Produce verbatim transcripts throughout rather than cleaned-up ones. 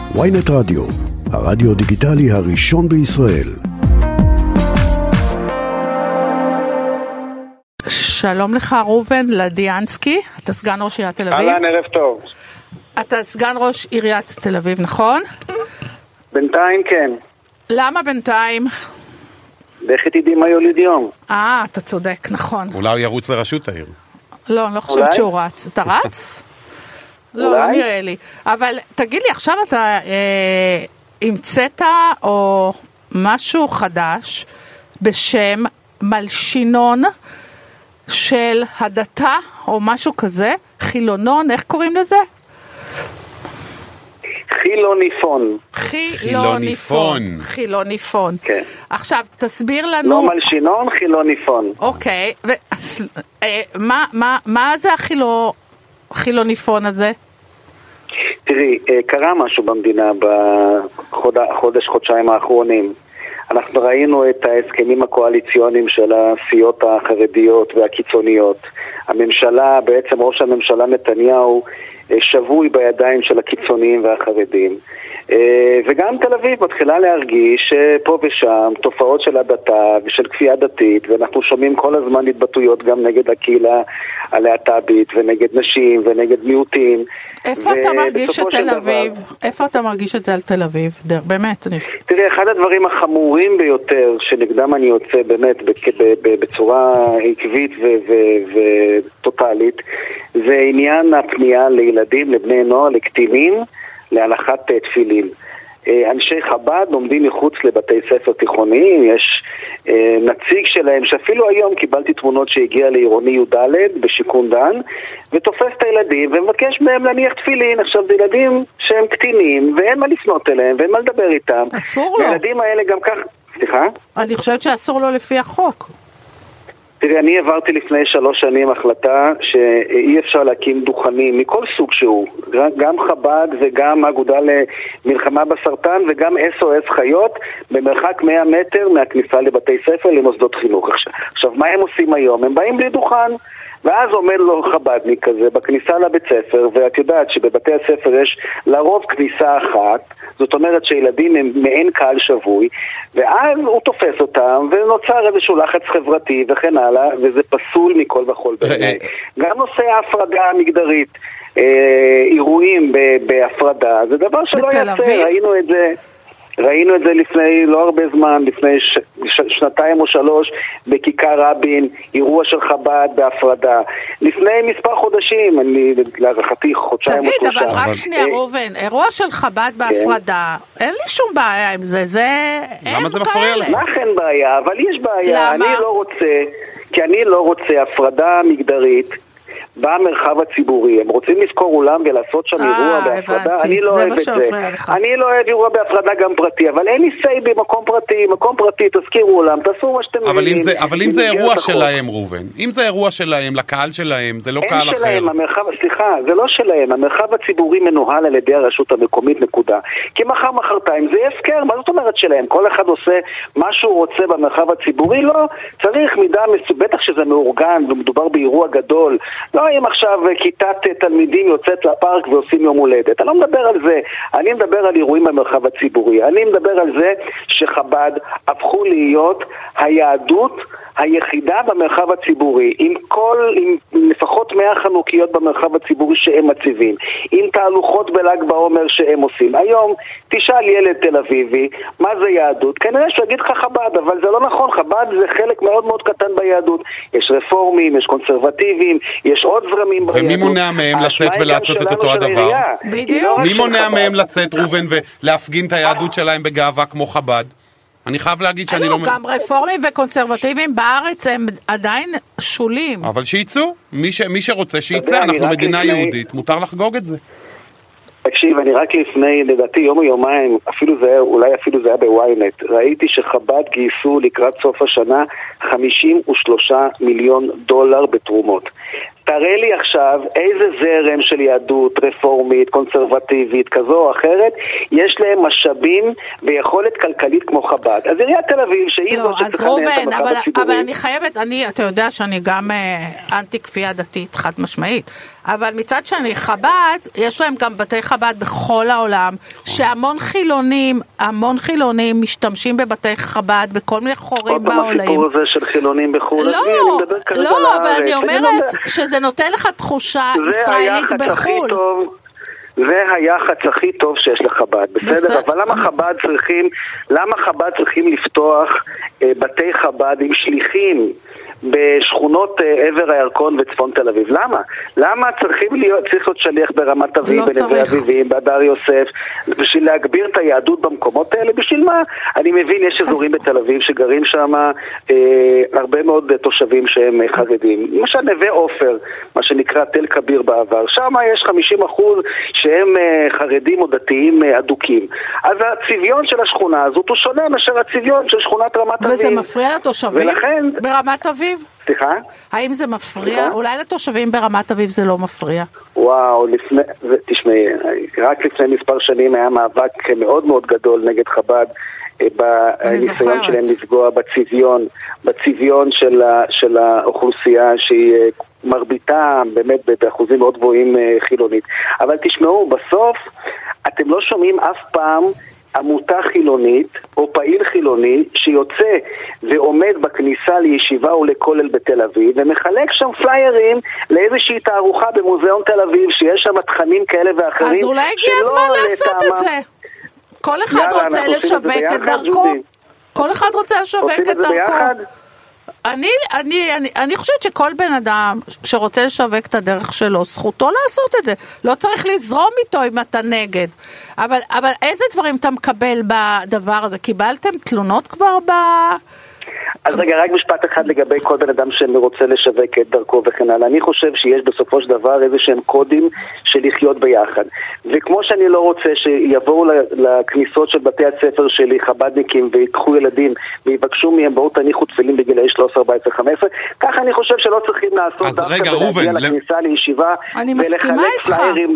וויינט רדיו, הרדיו דיגיטלי הראשון בישראל. שלום לך ראובן לדיאנסקי, אתה סגן ראש עיריית תל אביב. אהלן, ערב טוב. אתה סגן ראש עיריית תל אביב, נכון? בינתיים כן. למה בינתיים? לכי תדעי מה יוליד יום. אה, אתה צודק, נכון. אולי הוא ירוץ לראשות העיר. לא, אני לא חושבת שהוא רץ. אתה רץ? לא, לא נראה לי. אבל תגיד לי, עכשיו אתה אה, המצאת או משהו חדש בשם מלשינון של הדתה או משהו כזה, חילונון, איך קוראים לזה? חילוניפון. חילוניפון. חילוניפון. כן. עכשיו, תסביר לנו... לא מלשינון, חילוניפון. אוקיי, ו... אה, מה, מה, מה זה החילו... חילוניפון הזה? תראי, קרה משהו במדינה בחודש, חודשיים האחרונים. אנחנו ראינו את ההסכמים הקואליציוניים של הסיעות החרדיות והקיצוניות. הממשלה, בעצם ראש הממשלה נתניהו, שבוי בידיים של הקיצוניים והחרדים. וגם תל אביב מתחילה להרגיש פה ושם תופעות של הדתה ושל כפייה דתית, ואנחנו שומעים כל הזמן התבטאויות גם נגד הקהילה הלהט"בית ונגד נשים ונגד מיעוטים. איפה אתה מרגיש את תל אביב? איפה אתה מרגיש את זה על תל אביב? באמת. תראי, אחד הדברים החמורים ביותר שנגדם אני יוצא באמת בצורה עקבית וטוטלית, זה עניין הפנייה לילדים, לבני נוער, לקטינים, להנחת תפילין. אנשי חב"ד עומדים מחוץ לבתי ספר תיכוניים, יש נציג שלהם שאפילו היום קיבלתי תמונות שהגיע לעירוני י"ד בשיקון דן, ותופס את הילדים ומבקש מהם להניח תפילין. עכשיו זה ילדים שהם קטינים ואין מה לפנות אליהם ואין מה לדבר איתם. אסור לו. הילדים האלה גם כך, סליחה? אני חושבת שאסור לו לפי החוק. תראי, אני העברתי לפני שלוש שנים החלטה שאי אפשר להקים דוכנים מכל סוג שהוא, גם חב"ד וגם האגודה למלחמה בסרטן וגם אס או אס חיות, במרחק מאה מטר מהכניסה לבתי ספר למוסדות חינוך. עכשיו, מה הם עושים היום? הם באים בלי דוכן, ואז עומד לו חב"דניק כזה בכניסה לבית ספר, ואת יודעת שבבתי הספר יש לרוב כניסה אחת, זאת אומרת שילדים הם מעין קהל שבוי, ואז הוא תופס אותם ונוצר איזשהו לחץ חברתי וכן הלאה, וזה פסול מכל וכל בעיניי. גם נושא ההפרדה המגדרית, אירועים בהפרדה, זה דבר שלא יעשה, ראינו את זה. ראינו את זה לפני לא הרבה זמן, לפני ש... ש... שנתיים או שלוש, בכיכר רבין, אירוע של חב"ד בהפרדה. לפני מספר חודשים, אני להערכתי חודשיים או שלושה. תגיד, אבל רק שנייה ראובן, אירוע של חב"ד בהפרדה, אין לי שום בעיה עם זה, זה... למה זה מפריע לך? לך אין בעיה, אבל יש בעיה. אני לא רוצה, כי אני לא רוצה הפרדה מגדרית במרחב הציבורי. הם רוצים לזכור אולם ולעשות שם אירוע בהפרדה. אני לא אוהב את זה. אני לא אוהב אירוע בהפרדה גם פרטי, אבל אין לי סי במקום פרטי. מקום פרטי, תזכירו אולם, תעשו מה שאתם מבינים. אבל אם זה אירוע שלהם, ראובן, אם זה אירוע שלהם, לקהל שלהם, זה לא קהל אחר. אין שלהם, המרחב, סליחה, זה לא שלהם. המרחב הציבורי מנוהל על ידי הרשות המקומית, נקודה. כי מחר מחרתיים זה הפקר. מה זאת אומרת שלהם? כל אחד עושה מה שהוא רוצה במרחב הציבורי. לא, צריך מידה, בטח שזה מאורגן ומדובר באירוע גדול. לא, אם עכשיו כיתת תלמידים יוצאת לפארק ועושים יום הולדת. אני לא מדבר על זה. אני מדבר על אירועים במרחב הציבורי. אני מדבר על זה שחב"ד הפכו להיות היהדות היחידה במרחב הציבורי, עם כל, עם לפחות מאה חנוכיות במרחב הציבורי שהם מציבים, עם תהלוכות בל"ג בעומר שהם עושים. היום תשאל ילד תל אביבי, מה זה יהדות? כנראה שהוא יגיד לך חב"ד, אבל זה לא נכון. חב"ד זה חלק מאוד מאוד קטן ביהדות. יש רפורמים, יש קונסרבטיבים, יש עוד זרמים ביהדות. ומי מונע מהם לצאת ולעשות את אותו הדבר? בדיוק. מי מונע מהם לצאת, ראובן, ולהפגין את היהדות שלהם בגאווה כמו חב"ד? אני חייב להגיד שאני לא... גם רפורמים וקונסרבטיבים בארץ הם עדיין שולים. אבל שיצאו. מי, ש... מי שרוצה שיצא, אנחנו מדינה לפני... יהודית, מותר לחגוג את זה. תקשיב, אני רק לפני, לדעתי, יום או יומיים, אפילו זה היה, אולי אפילו זה היה בוויינט, ראיתי שחב"ד גייסו לקראת סוף השנה חמישים ושלושה מיליון דולר בתרומות. תראה לי עכשיו איזה זרם של יהדות רפורמית, קונסרבטיבית, כזו או אחרת, יש להם משאבים ויכולת כלכלית כמו חב"ד. אז עיריית תל אביב, שהיא לא, זאת שצריכה לנהל את המרחב הציבורי. אבל אני חייבת, אני, אתה יודע שאני גם אה, אנטי כפייה דתית, חד משמעית. אבל מצד שני, חב"ד, יש להם גם בתי חב"ד בכל העולם, שהמון חילונים, המון חילונים משתמשים בבתי חב"ד, בכל מיני חורים בעולם. עוד פעם הסיפור הזה של חילונים בחו"ל. לא, לא, אבל אני אומרת שזה נותן לך תחושה ישראלית בחו"ל. זה היחס הכי טוב שיש לחב"ד, בסדר? אבל למה חב"ד צריכים, למה חב"ד צריכים לפתוח בתי חב"ד עם שליחים בשכונות עבר הירקון וצפון תל אביב? למה? למה צריכים להיות, צריך להיות שליח ברמת אביב, בנווה אביבים, בהדר יוסף, בשביל להגביר את היהדות במקומות האלה? בשביל מה? אני מבין, יש אזורים בתל אביב שגרים שם אה, הרבה מאוד תושבים שהם חרדים. למשל נווה עופר, מה שנקרא תל כביר בעבר, שם יש חמישים אחוז שהם אה, חרדים או דתיים אה, אדוקים. אז הצביון של השכונה הזאת הוא שונה מאשר הצביון של שכונת רמת אביב. וזה מפריע לתושבים ולכן... ברמת אביב? סליחה? האם זה מפריע? אולי לתושבים ברמת אביב זה לא מפריע. וואו, לפני, תשמעי, רק לפני מספר שנים היה מאבק מאוד מאוד גדול נגד חב"ד, בניסיון שלהם לפגוע בצביון, בצביון של, של האוכלוסייה שהיא מרביתה באמת באחוזים מאוד גבוהים חילונית. אבל תשמעו, בסוף אתם לא שומעים אף פעם עמותה חילונית או פעיל חיloני שיוצא ועומד בכניסה לישיבה או לכולל בתל אביב ומחלק שם פליירים לאיזושהי תערוכה במוזיאון תל אביב שיש שם תכנים כאלה ואחרים. אז אולי הגיע הזמן לעשות את זה. כל אחד רוצה לשווק את דרכו. כל אחד רוצה לשווק את דרכו. אני, אני, אני, אני חושבת שכל בן אדם שרוצה לשווק את הדרך שלו, זכותו לעשות את זה. לא צריך לזרום איתו אם אתה נגד. אבל, אבל איזה דברים אתה מקבל בדבר הזה? קיבלתם תלונות כבר ב... אז רגע, רק משפט אחד לגבי כל בן אדם שרוצה לשווק את דרכו וכן הלאה. אני חושב שיש בסופו של דבר איזה שהם קודים של לחיות ביחד. וכמו שאני לא רוצה שיבואו לכניסות של בתי הספר שלי חב"דניקים ויקחו ילדים ויבקשו מהם בואו תניחו תפילין בגילאי שלוש עשרה, ארבע עשרה, חמש עשרה, ככה אני חושב שלא צריכים לעשות דווקא ולהגיע לכניסה לישיבה ולחלק פליירים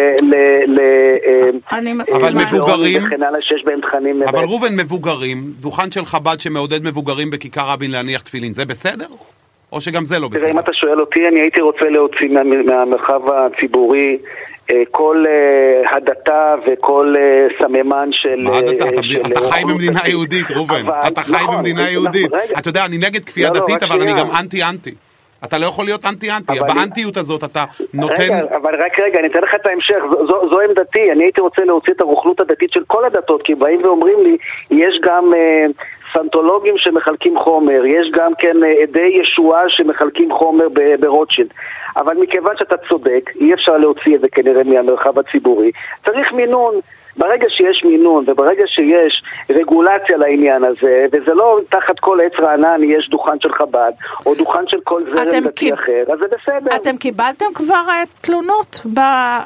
אבל מבוגרים וכן הלאה שיש בהם תכנים. אבל ראובן, מבוגרים, דוכן של חב"ד שמעודד מבוגרים בכיכר רבין להניח תפילין, זה בסדר? או שגם זה לא בסדר? תראה, אם אתה שואל אותי, אני הייתי רוצה להוציא מהמרחב הציבורי כל הדתה וכל סממן של... מה הדתה? אתה חי במדינה יהודית, ראובן. אתה חי במדינה יהודית. אתה יודע, אני נגד כפייה דתית, אבל אני גם אנטי-אנטי. אתה לא יכול להיות אנטי-אנטי. באנטיות הזאת אתה נותן... רגע, אבל רק רגע, אני אתן לך את ההמשך. זו עמדתי. אני הייתי רוצה להוציא את הרוכלות הדתית של כל הדתות, כי באים ואומרים לי, יש גם... סנטולוגים שמחלקים חומר, יש גם כן עדי ישועה שמחלקים חומר ברוטשילד. אבל מכיוון שאתה צודק, אי אפשר להוציא את זה כנראה מהמרחב הציבורי. צריך מינון. ברגע שיש מינון וברגע שיש רגולציה לעניין הזה, וזה לא תחת כל עץ רענן יש דוכן של חב"ד, או דוכן של כל זרם דתי אחר, אז זה בסדר. אתם קיבלתם כבר תלונות ב...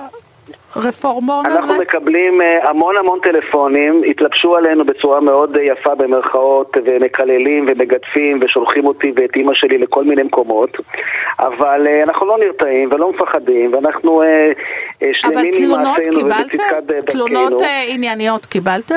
רפורמון הזה? אנחנו מקבלים המון המון טלפונים, התלבשו עלינו בצורה מאוד יפה במרכאות, ומקללים ומגדפים ושולחים אותי ואת אמא שלי לכל מיני מקומות, אבל אנחנו לא נרתעים ולא מפחדים, ואנחנו שלמים עם מעשינו ובצדקת דרכנו. תלונות ענייניות קיבלתם?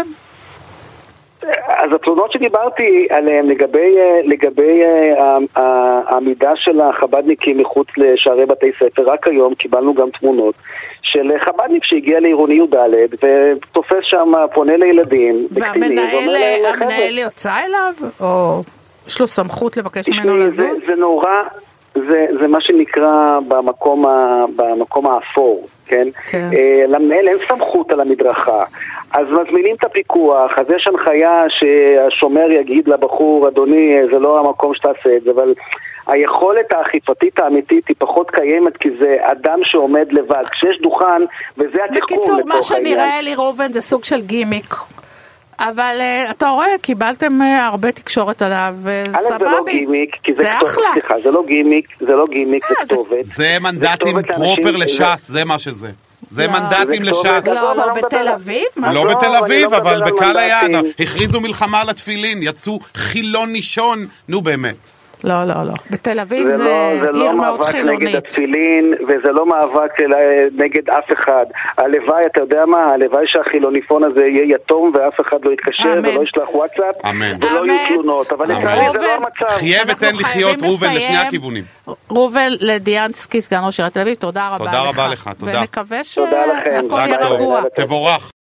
אז התלונות שדיברתי עליהן לגבי, לגבי העמידה של החב"דניקים מחוץ לשערי בתי ספר, רק היום קיבלנו גם תמונות של חב"דניק שהגיע לעירוני י"ד ותופס שם, פונה לילדים. והמנהל יוצא אליו? או יש לו סמכות לבקש ממנו לזוז? זה, זה נורא, זה, זה מה שנקרא במקום, במקום האפור. כן? כן. למנהל אין סמכות על המדרכה, אז מזמינים את הפיקוח, אז יש הנחיה שהשומר יגיד לבחור, אדוני, זה לא המקום שתעשה את זה, אבל היכולת האכיפתית האמיתית היא פחות קיימת, כי זה אדם שעומד לבד, כשיש דוכן, וזה התחכום לתוך העניין. בקיצור, מה שנראה לי ראובן זה סוג של גימיק. אבל uh, אתה רואה, קיבלתם uh, הרבה תקשורת עליו, וסבבי. זה לא גימיק, כי זה, זה כתוב, אחלה. סליחה, זה לא גימיק, זה לא גימיק, זה כתובת. זה מנדטים פרופר לש"ס, זה מה שזה. זה מנדטים לש"ס. לא, לא, בתל אביב? לא בתל אביב, אבל בקהל היעד. הכריזו מלחמה על התפילין, יצאו חילון נישון, נו באמת. לא, לא, לא. בתל אביב זה, זה, זה עיר לא מאוד חילונית. זה לא מאבק נגד התפילין, וזה לא מאבק נגד אף אחד. הלוואי, אתה יודע מה? הלוואי שהחילוניפון הזה יהיה יתום, ואף אחד לא יתקשר, ולא ישלח וואטסאפ, ולא יהיו תלונות. אבל לצערי זה לא המצב. חיה ותן לחיות, ראובן, לשני הכיוונים. ראובן לדיאנסקי, סגן ראש עיריית תל אביב, תודה רבה לך. תודה רבה לך, תודה. ונקווה שהכל יהיה רגוע. תבורך.